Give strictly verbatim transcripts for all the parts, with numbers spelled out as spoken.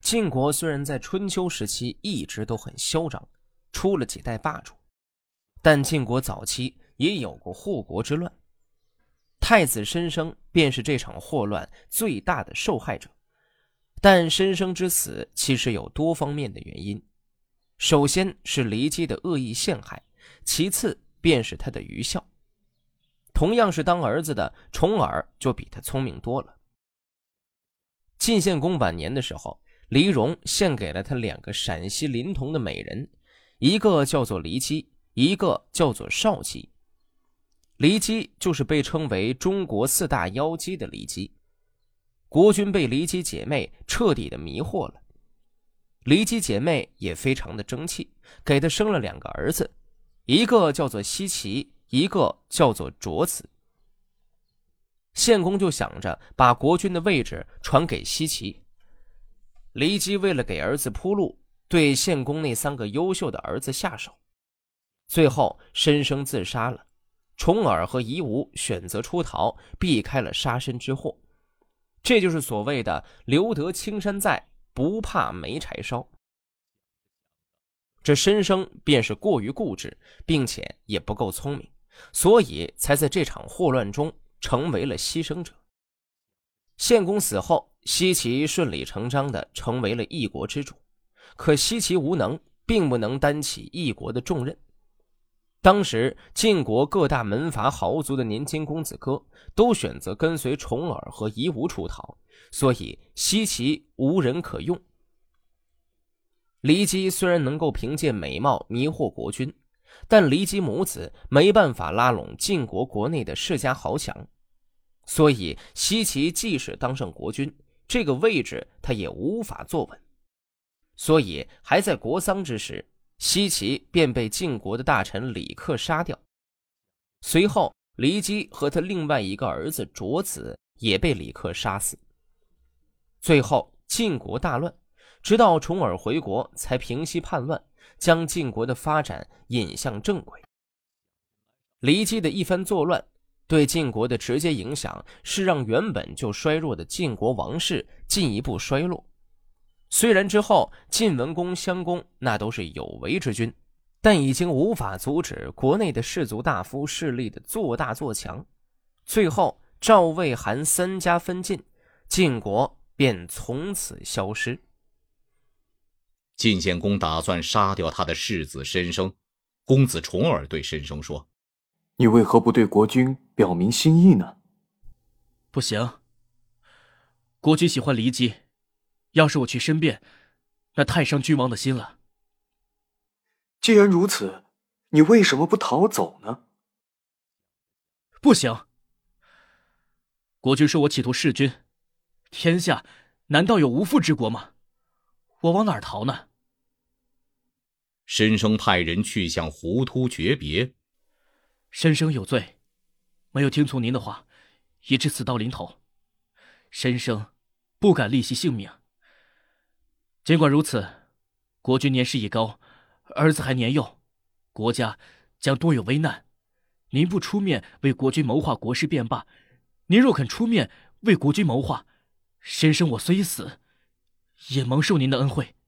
晋国虽然在春秋时期一直都很嚣张，出了几代霸主，但晋国早期也有过祸国之乱，太子申生便是这场祸乱最大的受害者。但申生之死其实有多方面的原因，首先是骊姬的恶意陷害，其次便是他的愚孝。同样是当儿子的重耳就比他聪明多了。晋献公晚年的时候，黎戎献给了他两个陕西临潼的美人，一个叫做骊姬，一个叫做少姬。骊姬就是被称为中国四大妖姬的骊姬。国君被骊姬姐妹彻底的迷惑了，骊姬姐妹也非常的争气，给他生了两个儿子，一个叫做奚齐，一个叫做卓子。献公就想着把国君的位置传给奚齐。骊姬为了给儿子铺路，对献公那三个优秀的儿子下手，最后申生自杀了，重耳和夷吾选择出逃，避开了杀身之祸。这就是所谓的留得青山在，不怕没柴烧。这申生便是过于固执，并且也不够聪明，所以才在这场祸乱中成为了牺牲者。献公死后，奚齐顺理成章地成为了一国之主，可奚齐无能，并不能担起一国的重任。当时晋国各大门阀豪族的年轻公子哥都选择跟随重耳和夷吾出逃，所以奚齐无人可用。骊姬虽然能够凭借美貌迷惑国君，但骊姬母子没办法拉拢晋国国内的世家豪强，所以奚齐即使当上国君，这个位置他也无法坐稳。所以还在国丧之时，奚齐便被晋国的大臣李克杀掉。随后骊姬和他另外一个儿子卓子也被李克杀死。最后晋国大乱，直到重耳回国才平息叛乱，将晋国的发展引向正轨。骊姬的一番作乱，对晋国的直接影响是让原本就衰弱的晋国王室进一步衰落。虽然之后晋文公、襄公那都是有为之君，但已经无法阻止国内的士族大夫势力的做大做强。最后赵、魏、韩三家分晋，晋国便从此消失。 晋献公打算杀掉他的世子申生，公子重耳对申生说： 你为何不对国君表明心意呢？ 不行，国君喜欢骊姬，要是我去申辩，那太伤君王的心了。 既然如此，你为什么不逃走呢？ 不行，国君说我企图弑君，天下难道有无父之国吗？我往哪儿逃呢？ 申生派人去向胡突诀别。 申生有罪，没有听从您的话，以致死到临头。申生不敢利惜性命。尽管如此，国君年事已高，儿子还年幼，国家将多有危难。您不出面为国君谋划国事便罢，您若肯出面为国君谋划，申生我虽死，也蒙受您的恩惠。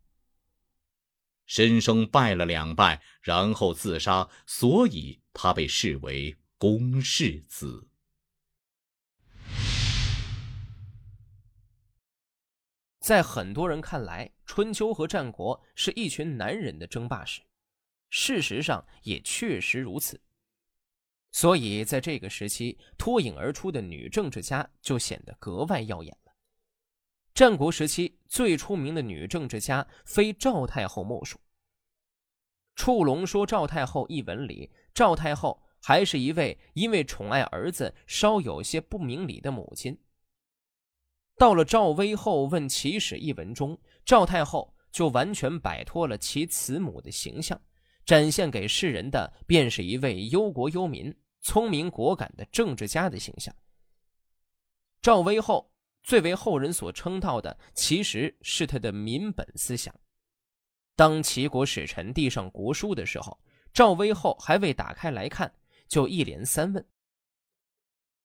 申生败了两败，然后自杀，所以他被视为公室子。 在很多人看来，春秋和战国是一群男人的争霸史，事实上也确实如此。所以在这个时期，脱颖而出的女政治家就显得格外耀眼了。战国时期最出名的女政治家非赵太后莫属。触龙说赵太后一文里，赵太后还是一位因为宠爱儿子稍有些不明理的母亲。到了赵威后问起始一文中，赵太后就完全摆脱了其慈母的形象，展现给世人的便是一位忧国忧民、聪明果敢的政治家的形象。赵威后最为后人所称道的其实是他的民本思想。当齐国使臣递上国书的时候，赵威后还未打开来看，就一连三问：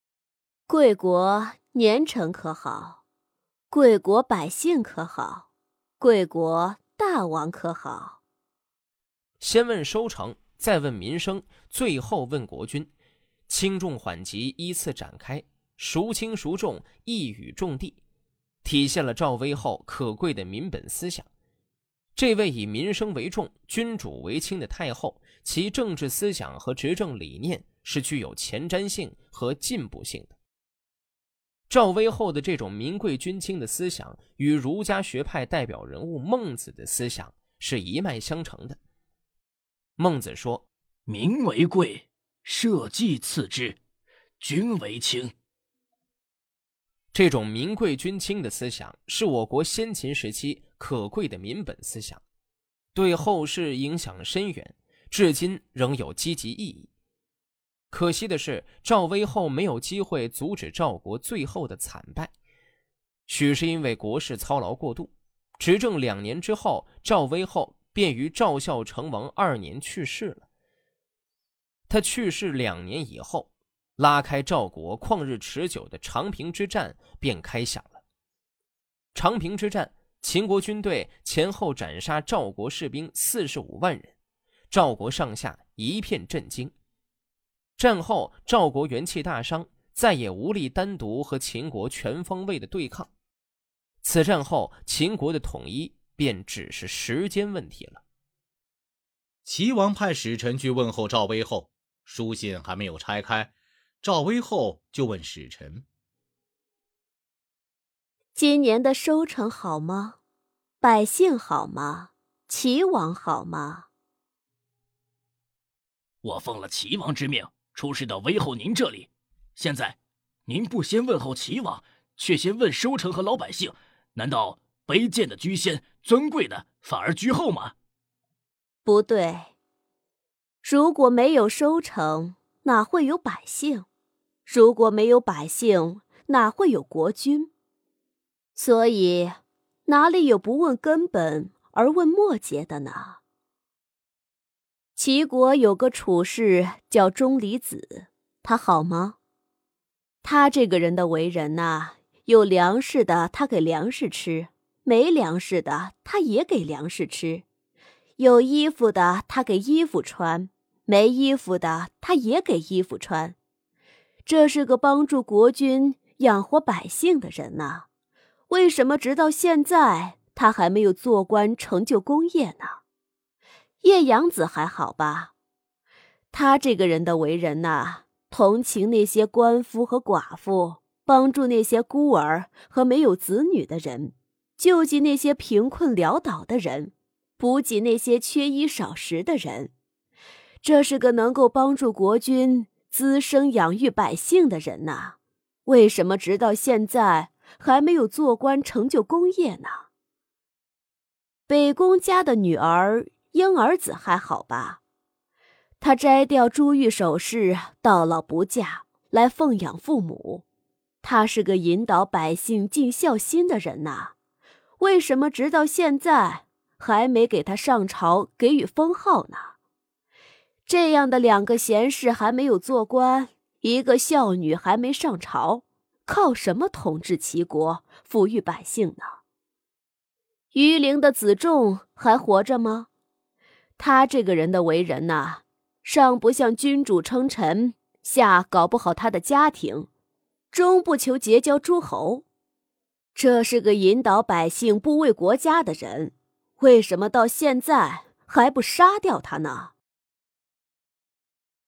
贵国年臣可好？贵国百姓可好？ 贵国大王可好？ 先问收成，再问民生，最后问国君，轻重缓急依次展开，孰轻孰重，一语中的，体现了赵威后可贵的民本思想。这位以民生为重、君主为轻的太后，其政治思想和执政理念是具有前瞻性和进步性的。赵威后的这种民贵君轻的思想，与儒家学派代表人物孟子的思想是一脉相承的。孟子说：“ 民为贵，社稷次之，君为轻。” 这种民贵君轻的思想是我国先秦时期可贵的民本思想，对后世影响深远，至今仍有积极意义。可惜的是，赵威后没有机会阻止赵国最后的惨败，许是因为国事操劳过度，执政两年之后，赵威后便于赵孝成王二年去世了。他去世两年以后，拉开赵国旷日持久的长平之战便开响了。长平之战，秦国军队前后斩杀赵国士兵四十五万人，赵国上下一片震惊。战后，赵国元气大伤，再也无力单独和秦国全方位的对抗。此战后，秦国的统一便只是时间问题了。 齐王派使臣去问候赵威后，书信还没有拆开，赵威后就问使臣：“ 今年的收成好吗？百姓好吗？齐王好吗？” 我奉了齐王之命，出使到威后您这里，现在您不先问候齐王，却先问收成和老百姓，难道卑贱的居先，尊贵的反而居后吗？ 不对，如果没有收成，哪会有百姓？如果没有百姓，哪会有国君？所以，哪里有不问根本而问末节的呢？齐国有个处士叫钟离子，他好吗？他这个人的为人呐、啊，有粮食的他给粮食吃，没粮食的他也给粮食吃，有衣服的他给衣服穿，没衣服的他也给衣服穿。这是个帮助国君养活百姓的人呐、啊，为什么直到现在他还没有做官成就功业呢？叶阳子还好吧，他这个人的为人呐、啊，同情那些官夫和寡妇，帮助那些孤儿和没有子女的人，救济那些贫困潦倒的人，补给那些缺衣少食的人。这是个能够帮助国君滋生养育百姓的人呐、啊，为什么直到现在还没有做官成就功业呢？北宫家的女儿婴儿子还好吧，他摘掉珠玉首饰，到老不嫁，来奉养父母。他是个引导百姓尽孝心的人呐、啊，为什么直到现在还没给他上朝给予封号呢？这样的两个贤士还没有做官，一个孝女还没上朝，靠什么统治齐国，抚育百姓呢？于陵的子仲还活着吗？他这个人的为人呐、啊，上不向君主称臣，下搞不好他的家庭，终不求结交诸侯。这是个引导百姓不为国家的人，为什么到现在还不杀掉他呢？